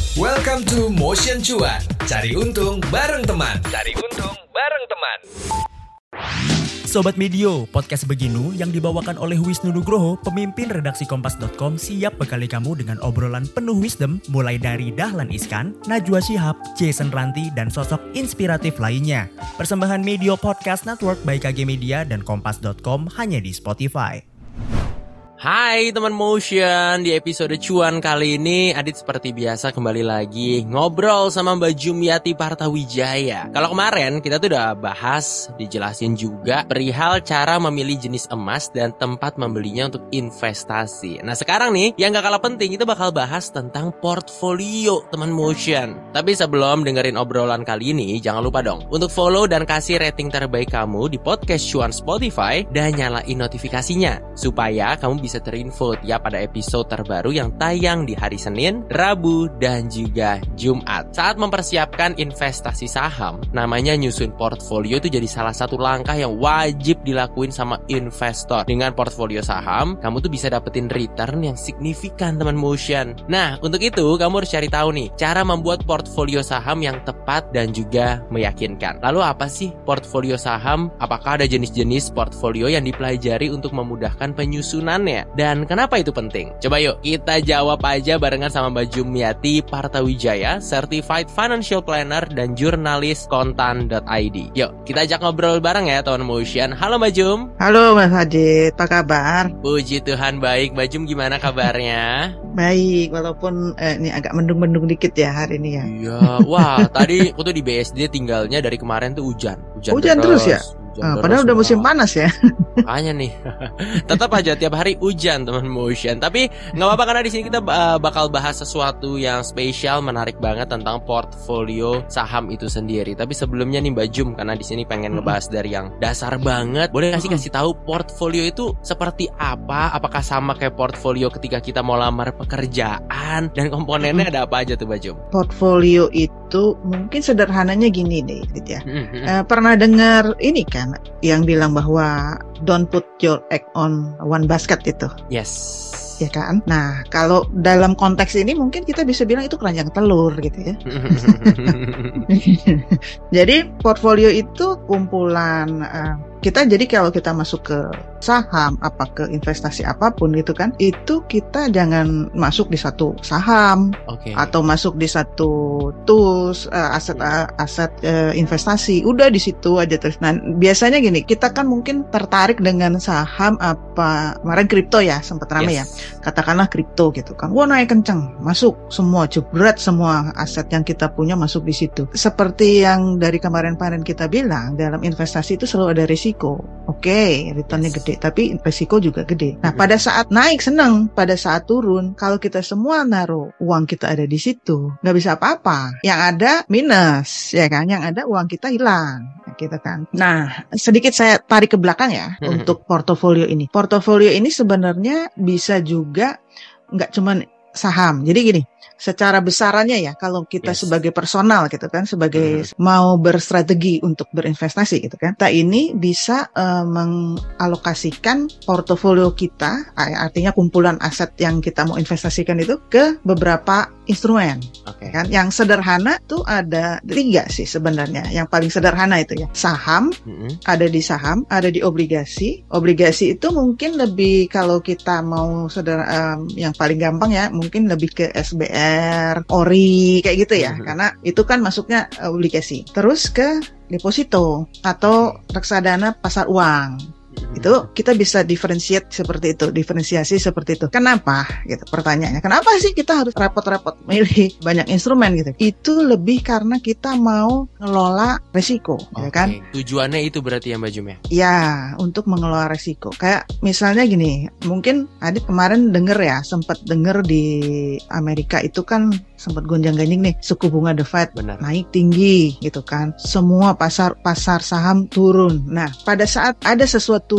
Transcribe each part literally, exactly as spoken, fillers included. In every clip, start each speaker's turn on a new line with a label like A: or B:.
A: Welcome to Motion Cuan. Cari untung bareng teman. Cari untung bareng teman.
B: Sobat Medio, podcast Beginu yang dibawakan oleh Wisnu Nugroho, pemimpin redaksi kompas dot com, siap bekali kamu dengan obrolan penuh wisdom mulai dari Dahlan Iskan, Najwa Shihab, Jason Ranti, dan sosok inspiratif lainnya. Persembahan Medio Podcast Network by K G Media dan kompas dot com hanya di Spotify.
C: Hai teman Motion, di episode Cuan kali ini Adit seperti biasa kembali lagi ngobrol sama Mbak Jumiati Partawijaya. Kalau kemarin kita tuh udah bahas, dijelasin juga perihal cara memilih jenis emas dan tempat membelinya untuk investasi. Nah sekarang nih yang gak kalah penting itu bakal bahas tentang portfolio teman Motion. Tapi sebelum dengerin obrolan kali ini, jangan lupa dong untuk follow dan kasih rating terbaik kamu di podcast Cuan Spotify dan nyalain notifikasinya supaya kamu bisa bisa terinfo ya pada episode terbaru yang tayang di hari Senin, Rabu, dan juga Jumat. Saat mempersiapkan investasi saham, namanya nyusun portfolio itu jadi salah satu langkah yang wajib dilakuin sama investor. Dengan portfolio saham, kamu tuh bisa dapetin return yang signifikan teman Motion. Nah, untuk itu kamu harus cari tahu nih, cara membuat portfolio saham yang tepat dan juga meyakinkan. Lalu apa sih portfolio saham? Apakah ada jenis-jenis portfolio yang dipelajari untuk memudahkan penyusunannya? Dan kenapa itu penting? Coba yuk kita jawab aja barengan sama Mbak Jumiati Partawijaya, Certified Financial Planner dan jurnalis kontan dot i d. Yuk kita ajak ngobrol bareng ya teman Motion. Halo Mbak Jum.
D: Halo Mas Adit, apa kabar?
C: Puji Tuhan baik. Mbak Jum gimana kabarnya?
D: Baik, walaupun eh, ini agak mendung-mendung dikit ya hari ini ya.
C: Iya, wah tadi aku tuh di B S D tinggalnya dari kemarin tuh hujan. Hujan,
D: hujan terus, terus ya? Ah, padahal udah musim panas ya.
C: Makanya nih. Tetap aja tiap hari hujan teman Motion. Tapi nggak apa-apa karena di sini kita uh, bakal bahas sesuatu yang spesial, menarik banget tentang portfolio saham itu sendiri. Tapi sebelumnya nih Mbak Jum, karena di sini pengen ngebahas dari yang dasar banget. Boleh nggak sih kasih tahu portfolio itu seperti apa? Apakah sama kayak portfolio ketika kita mau lamar pekerjaan? Dan komponennya ada apa aja tuh Mbak Jum?
D: Portfolio itu mungkin sederhananya gini deh, gitu ya. uh, pernah dengar ini kan? Yang bilang bahwa don't put your egg on one basket itu.
C: Yes.
D: Ya kan? Nah, kalau dalam konteks ini mungkin kita bisa bilang itu keranjang telur gitu ya. Jadi portfolio itu kumpulan uh, kita, jadi kalau kita masuk ke saham, apa ke investasi apapun gitu kan, itu kita jangan masuk di satu saham, okay, atau masuk di satu tools uh, aset uh, aset uh, investasi, udah di situ aja terus. Nah biasanya gini, kita kan mungkin tertarik dengan saham apa, kemarin kripto ya sempat ramai, yes, ya, katakanlah kripto gitu kan, wah naik kenceng, masuk semua, jebret semua aset yang kita punya masuk di situ. Seperti yang dari kemarin-kemarin kita bilang, dalam investasi itu selalu ada risiko. Oke, okay, returnnya gede, tapi risiko juga gede. Nah, pada saat naik seneng, pada saat turun, kalau kita semua naruh uang kita ada di situ, nggak bisa apa-apa. Yang ada minus, ya kan? Yang ada uang kita hilang, gitu kan. Nah, sedikit saya tarik ke belakang ya untuk portofolio ini. Portofolio ini sebenarnya bisa juga nggak cuman saham. Jadi gini, secara besarannya ya, kalau kita, yes, sebagai personal gitu kan, sebagai hmm. mau berstrategi untuk berinvestasi gitu kan, kita ini bisa uh, mengalokasikan portofolio kita, artinya kumpulan aset yang kita mau investasikan itu ke beberapa instrumen, okay, kan? Yang sederhana tuh ada tiga sih sebenarnya. Yang paling sederhana itu ya saham, hmm. ada di saham, ada di obligasi. Obligasi itu mungkin lebih, kalau kita mau sederhana, um, yang paling gampang ya, mungkin lebih ke S B R, ori, kayak gitu ya, mm-hmm, karena itu kan masuknya obligasi. Terus ke deposito atau reksadana pasar uang. Itu kita bisa differentiate seperti itu, diferensiasi seperti itu. Kenapa? Gitu pertanyaannya. Kenapa sih kita harus repot-repot milih banyak instrumen gitu? Itu lebih karena kita mau ngelola resiko, okay, ya kan?
C: Tujuannya itu berarti ya Mbak Jum ya?
D: Ya, untuk mengelola resiko. Kayak misalnya gini, mungkin Adit kemarin denger ya, sempat denger di Amerika itu kan sempat gonjang-ganjing nih, suku bunga The Fed Benar. naik tinggi gitu kan. Semua pasar pasar saham turun. Nah, pada saat ada sesuatu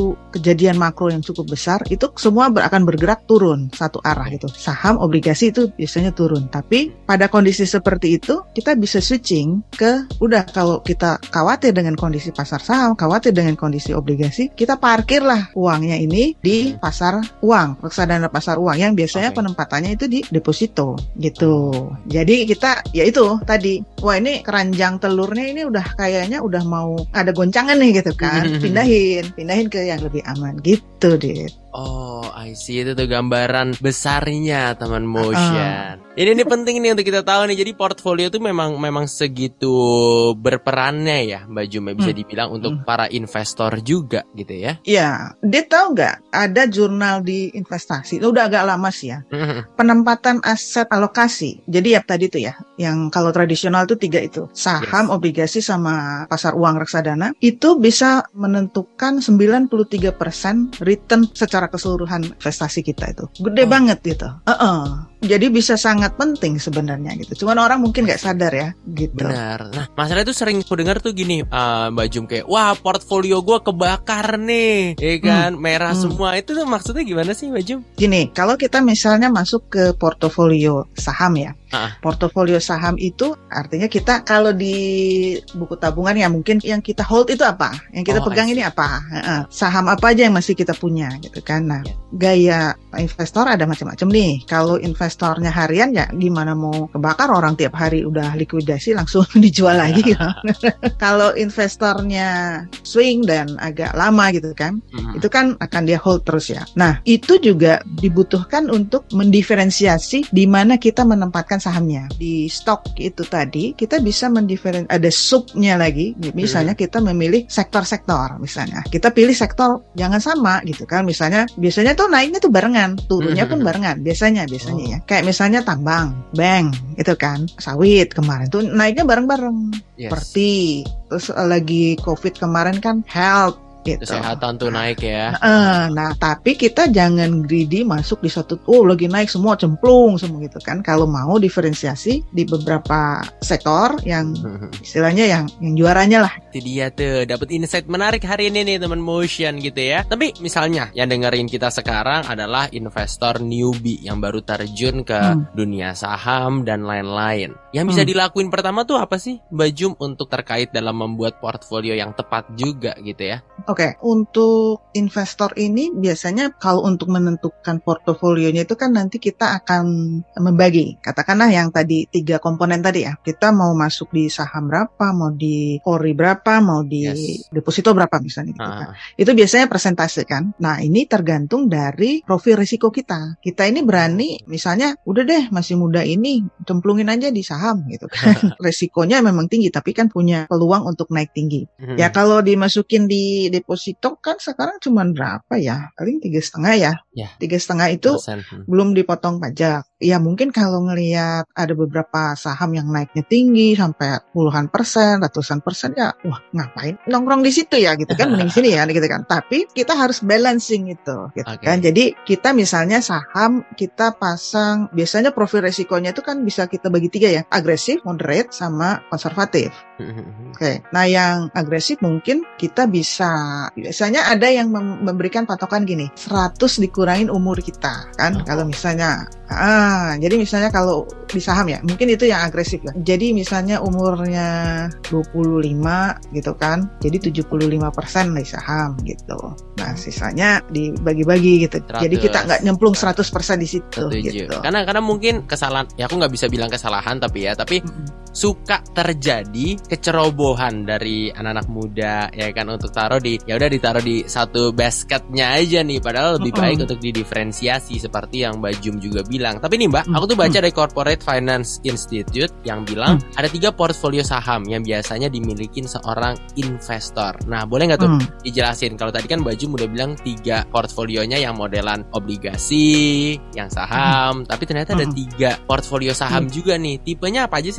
D: satu kejadian makro yang cukup besar, itu semua ber- akan bergerak turun satu arah gitu. Saham, obligasi itu biasanya turun. Tapi pada kondisi seperti itu, kita bisa switching ke, udah kalau kita khawatir dengan kondisi pasar saham, khawatir dengan kondisi obligasi, kita parkirlah uangnya ini di pasar uang, reksadana pasar uang yang biasanya okay. penempatannya itu di deposito gitu. Jadi kita, ya itu tadi, wah ini keranjang telurnya ini udah kayaknya udah mau ada goncangan nih gitu kan, pindahin, pindahin ke yang lebih aman gitu deh.
C: Oh, I see. Itu tuh gambaran besarnya teman Motion. Uh-uh. Ini ini penting nih untuk kita tahu nih. Jadi portfolio itu memang memang segitu berperannya ya, Mbak Jum, bisa hmm. dibilang untuk hmm. para investor juga gitu ya.
D: Iya, dia tahu nggak ada jurnal di investasi. Udah agak lama sih ya. Penempatan aset alokasi. Jadi ya tadi tuh ya, yang kalau tradisional tuh tiga itu, saham, yes. obligasi sama pasar uang reksadana, itu bisa menentukan sembilan puluh tiga persen return secara keseluruhan investasi kita itu. Gede oh. banget gitu. Uh-uh. Jadi bisa sangat penting sebenarnya gitu. Cuman orang mungkin nggak sadar ya gitu.
C: Benar. Nah, masalah itu sering aku dengar tuh gini, uh, Mbak Jum, kayak wah portfolio gue kebakar nih, ya kan, hmm. merah hmm. semua. Itu tuh maksudnya gimana sih, Mbak Jum?
D: Gini, kalau kita misalnya masuk ke portofolio saham ya. Uh. Portofolio saham itu artinya kita kalau di buku tabungan ya mungkin yang kita hold itu apa? Yang kita oh, pegang ini apa? Uh-uh. Saham apa aja yang masih kita punya gitu kan. Nah, yeah. gaya investor ada macam-macam nih. Kalau investornya harian ya gimana mau kebakar, orang tiap hari udah likuidasi langsung dijual lagi. Kalau investornya swing dan agak lama gitu kan, mm. itu kan akan dia hold terus ya. Nah, itu juga dibutuhkan untuk mendiferensiasi di mana kita menempatkan sahamnya. Di stok itu tadi kita bisa mendiferensiasi, ada subnya lagi. Misalnya mm. kita memilih sektor-sektor misalnya. Kita pilih sektor jangan sama gitu kan. Misalnya biasanya tuh naiknya tuh barengan, turunnya pun barengan. Biasanya biasanya oh. ya. Kayak misalnya tambang, bank, itu kan, sawit kemarin tuh naiknya bareng-bareng. Yes. Seperti terus lagi COVID kemarin kan health. Gitu.
C: Kesehatan tuh naik ya.
D: Uh, nah, tapi kita jangan greedy masuk di satu, oh lagi naik semua cemplung semua gitu kan. Kalau mau diferensiasi di beberapa sektor yang istilahnya yang yang juaranya lah.
C: Itu dia tuh, dapat insight menarik hari ini nih teman Motion gitu ya. Tapi misalnya yang dengerin kita sekarang adalah investor newbie yang baru terjun ke hmm. dunia saham dan lain-lain. Yang bisa hmm. dilakuin pertama tuh apa sih, Mbak Jum, untuk terkait dalam membuat portfolio yang tepat juga gitu ya?
D: Oke, okay. Untuk investor ini biasanya kalau untuk menentukan portofolionya itu kan nanti kita akan membagi. Katakanlah yang tadi tiga komponen tadi ya. Kita mau masuk di saham berapa, mau di ori berapa, mau di yes. deposito berapa misalnya gitu kan. Itu biasanya persentase kan. Nah, ini tergantung dari profil risiko kita. Kita ini berani misalnya udah deh masih muda ini cemplungin aja di saham gitu kan. Resikonya memang tinggi tapi kan punya peluang untuk naik tinggi. Mm-hmm. Ya kalau dimasukin di deposito kan sekarang cuma berapa ya? Paling tiga setengah ya. Tiga setengah itu persen. Belum dipotong pajak. Ya mungkin kalau ngelihat ada beberapa saham yang naiknya tinggi sampai puluhan persen, ratusan persen ya, wah ngapain nongkrong di situ ya gitu kan, mending sini ya gitu kan. Tapi kita harus balancing itu, gitu okay. kan. Jadi kita misalnya saham kita pasang, biasanya profil resikonya itu kan bisa kita bagi tiga ya, agresif, moderate, sama konservatif. Oke, okay. Nah yang agresif mungkin kita bisa, biasanya ada yang mem- memberikan patokan gini, seratus dikurangin umur kita kan, oh. kalau misalnya ah, jadi misalnya kalau di saham ya, mungkin itu yang agresif ya. Jadi misalnya umurnya dua puluh lima gitu kan, jadi tujuh puluh lima persen di saham gitu. Nah sisanya dibagi-bagi gitu. seratus Jadi kita nggak nyemplung seratus persen di situ. Gitu.
C: Karena karena mungkin kesalahan, ya aku nggak bisa bilang kesalahan tapi ya, tapi mm-hmm. suka terjadi kecerobohan dari anak-anak muda ya kan, untuk taruh di, ya udah ditaruh di satu basketnya aja nih, padahal lebih mm-hmm. baik untuk didiferensiasi seperti yang Mbak Jum juga bilang. Tapi nih Mbak, aku tuh baca dari Corporate Finance Institute yang bilang hmm. ada tiga portfolio saham yang biasanya dimiliki seorang investor. Nah, boleh nggak tuh hmm. dijelasin? Kalau tadi kan Mbak Jum udah bilang tiga portfolionya yang modelan obligasi, yang saham, hmm. tapi ternyata hmm. ada tiga portfolio saham hmm. juga nih. Tipenya apa aja sih Mbak Jum?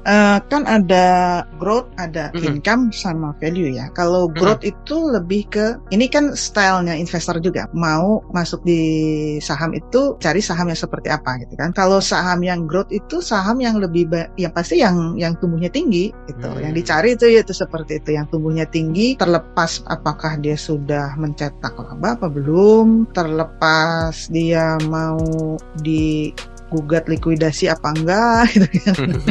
D: Uh, kan ada growth, ada
C: Mm-hmm.
D: income sama value ya. Kalau growth
C: Mm-hmm.
D: itu lebih ke, ini kan stylenya investor juga. Mau masuk di saham itu cari saham yang seperti apa gitu kan. Kalau saham yang growth itu saham yang lebih, ba- yang pasti yang yang tumbuhnya tinggi gitu.
C: Hmm.
D: Yang dicari itu ya itu seperti itu, yang tumbuhnya tinggi, terlepas apakah dia sudah mencetak laba apa belum, terlepas dia mau di gugat likuidasi apa enggak gitu kan.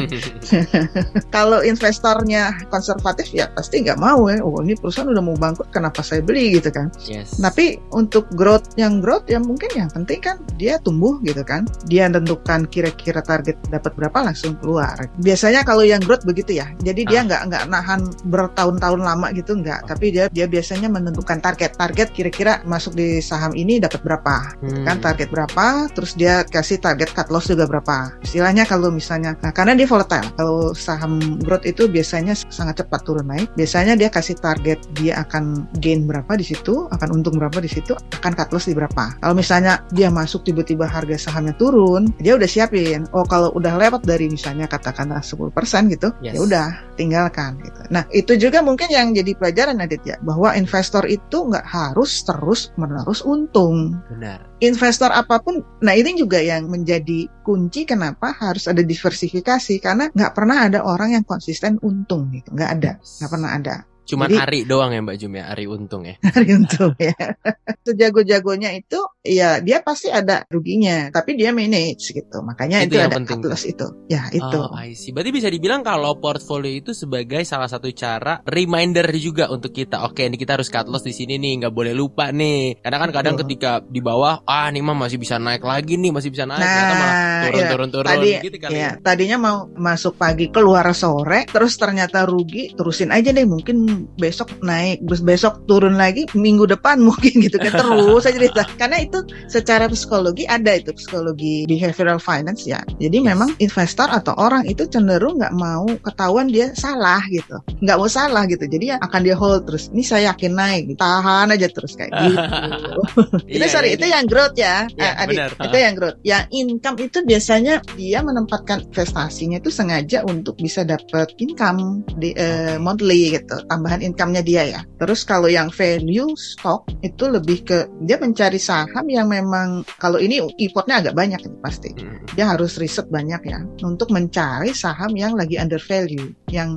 D: Kalau investornya konservatif ya pasti nggak mau ya, oh ini perusahaan udah mau bangkrut kenapa saya beli gitu kan.
C: Yes.
D: Tapi untuk growth, yang growth ya mungkin yang penting kan dia tumbuh gitu kan, dia tentukan kira-kira target dapat berapa langsung keluar. Biasanya kalau yang growth begitu ya, jadi dia
C: Ah.
D: nggak nggak nahan bertahun-tahun lama gitu nggak,
C: Oh.
D: tapi dia dia biasanya menentukan target target kira-kira masuk di saham ini dapat berapa gitu kan,
C: Hmm.
D: target berapa, terus dia kasih target cut loss juga berapa. Istilahnya kalau misalnya, nah, karena dia volatile. Kalau saham growth itu biasanya sangat cepat turun naik. Biasanya dia kasih target dia akan gain berapa di situ, akan untung berapa di situ, akan cut loss di berapa. Kalau misalnya dia masuk tiba-tiba harga sahamnya turun, dia udah siapin. Oh kalau udah lewat dari misalnya katakanlah sepuluh persen gitu,
C: Yes.
D: ya udah tinggalkan gitu. Nah itu juga mungkin yang jadi pelajaran Adit ya, bahwa investor itu nggak harus terus menerus untung.
C: Benar.
D: Investor apapun, nah ini juga yang menjadi kunci kenapa harus ada diversifikasi, karena nggak pernah ada orang yang konsisten untung gitu, nggak ada, nggak pernah ada.
C: Cuman
D: Jadi-
C: Ari doang ya Mbak Jum ya, Ari untung ya.
D: Hari untung ya. Sejago-jagonya itu, ya dia pasti ada ruginya, tapi dia manage gitu, makanya
C: Itu
D: itu,
C: yang
D: ada
C: penting
D: cut loss itu, ya itu.
C: Oh, I see. Berarti bisa dibilang kalau portfolio itu sebagai salah satu cara reminder juga untuk kita. Oke, ini kita harus cut loss di sini nih, nggak boleh lupa nih. Karena kan kadang
D: Betul.
C: ketika di bawah, ah nih mah masih bisa naik lagi nih, masih bisa naik. Ternyata malah
D: Nah,
C: turun,
D: iya.
C: turun, turun,
D: Tadi,
C: gitu kali
D: ya,
C: ya.
D: tadinya mau masuk pagi keluar sore, terus ternyata rugi, terusin aja deh, mungkin besok naik, terus besok turun lagi, minggu depan mungkin gitu kan, terus aja deh. Karena itu secara psikologi ada itu, psikologi behavioral finance ya. Jadi
C: Yes.
D: memang investor atau orang itu cenderung nggak mau ketahuan dia salah gitu, nggak mau salah gitu. Jadi ya akan dia hold terus. Ini saya yakin naik, tahan aja terus kayak gitu. Itu
C: Iya,
D: sorry,
C: iya,
D: itu
C: iya.
D: yang growth ya,
C: Iya,
D: eh, Adik.
C: benar.
D: Itu yang growth. Yang income itu biasanya dia menempatkan investasinya itu sengaja untuk bisa dapat income di eh, monthly gitu, tambahan income-nya dia ya. Terus kalau yang value stock itu lebih ke dia mencari saham yang memang, kalau ini effortnya agak banyak ini pasti.
C: Hmm.
D: Dia harus riset banyak ya untuk mencari saham yang lagi under value, yang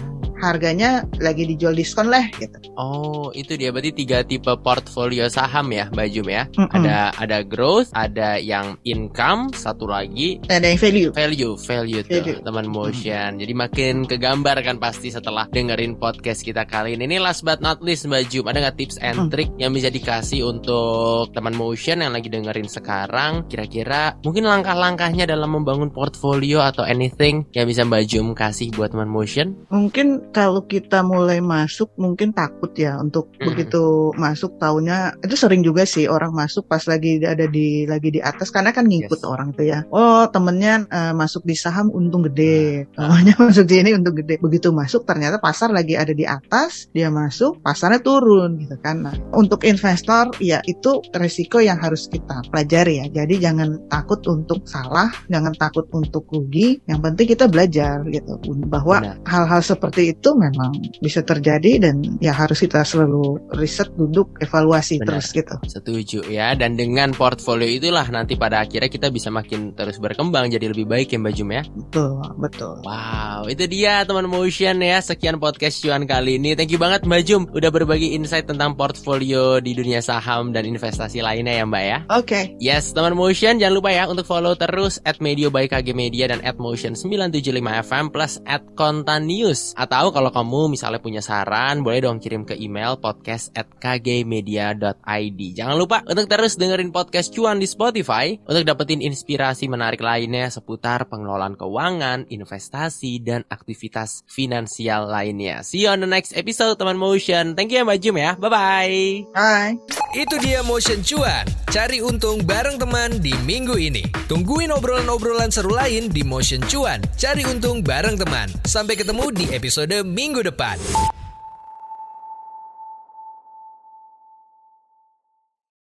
D: harganya lagi dijual diskon lah gitu.
C: Oh, itu dia berarti tiga tipe portfolio saham ya, Mbak Jum ya.
D: Mm-mm.
C: Ada ada growth, ada yang income, satu lagi
D: Ada yang value.
C: value, value tuh
D: Value.
C: teman motion. Jadi makin kegambar kan pasti setelah dengerin podcast kita kali ini. Ini last but not least Mbak Jum, ada nggak tips and
D: Hmm.
C: trick yang bisa dikasih untuk teman motion yang lagi dengerin sekarang? Kira-kira mungkin langkah-langkahnya dalam membangun portfolio atau anything yang bisa Mbak Jum kasih buat teman motion?
D: Mungkin kalau kita mulai masuk mungkin takut ya untuk
C: Mm-mm.
D: begitu masuk taunya, itu sering juga sih orang masuk pas lagi ada di lagi di atas, karena kan ngikut
C: Yes.
D: orang itu ya. Oh temennya eh, masuk di saham untung gede,
C: Ah.
D: temannya masuk di ini untung gede. Begitu masuk ternyata pasar lagi ada di atas, dia masuk pasarnya turun gitu kan. Nah, untuk investor ya itu resiko yang harus kita pelajari ya. Jadi jangan takut untuk salah, jangan takut untuk rugi. Yang penting kita belajar gitu bahwa
C: Benar.
D: hal-hal seperti itu memang bisa terjadi, dan ya harus kita selalu riset, duduk, evaluasi
C: Benar.
D: terus gitu.
C: Setuju ya. Dan dengan portfolio itulah nanti pada akhirnya kita bisa makin terus berkembang jadi lebih baik ya Mbak Jum ya.
D: Betul, betul.
C: Wow, itu dia teman motion ya. Sekian podcast cuan kali ini. Thank you banget Mbak Jum udah berbagi insight tentang portfolio di dunia saham dan investasi lainnya ya Mbak ya.
D: Oke.
C: Yes, teman motion jangan lupa ya untuk follow terus at Medio by K G Media dan at Motion sembilan tujuh lima F M plus at Kontan News. Atau kalau kamu misalnya punya saran, boleh dong kirim ke email podcast at k g media dot i d. Jangan lupa untuk terus dengerin podcast cuan di Spotify untuk dapetin inspirasi menarik lainnya seputar pengelolaan keuangan, investasi, dan aktivitas finansial lainnya. See you on the next episode teman motion. Thank you ya Mbak Jum ya. Bye-bye.
D: Bye.
A: Itu dia Motion Cuan. Cari untung bareng teman di minggu ini. Tungguin obrolan-obrolan seru lain di Motion Cuan. Cari untung bareng teman. Sampai ketemu di episode minggu depan.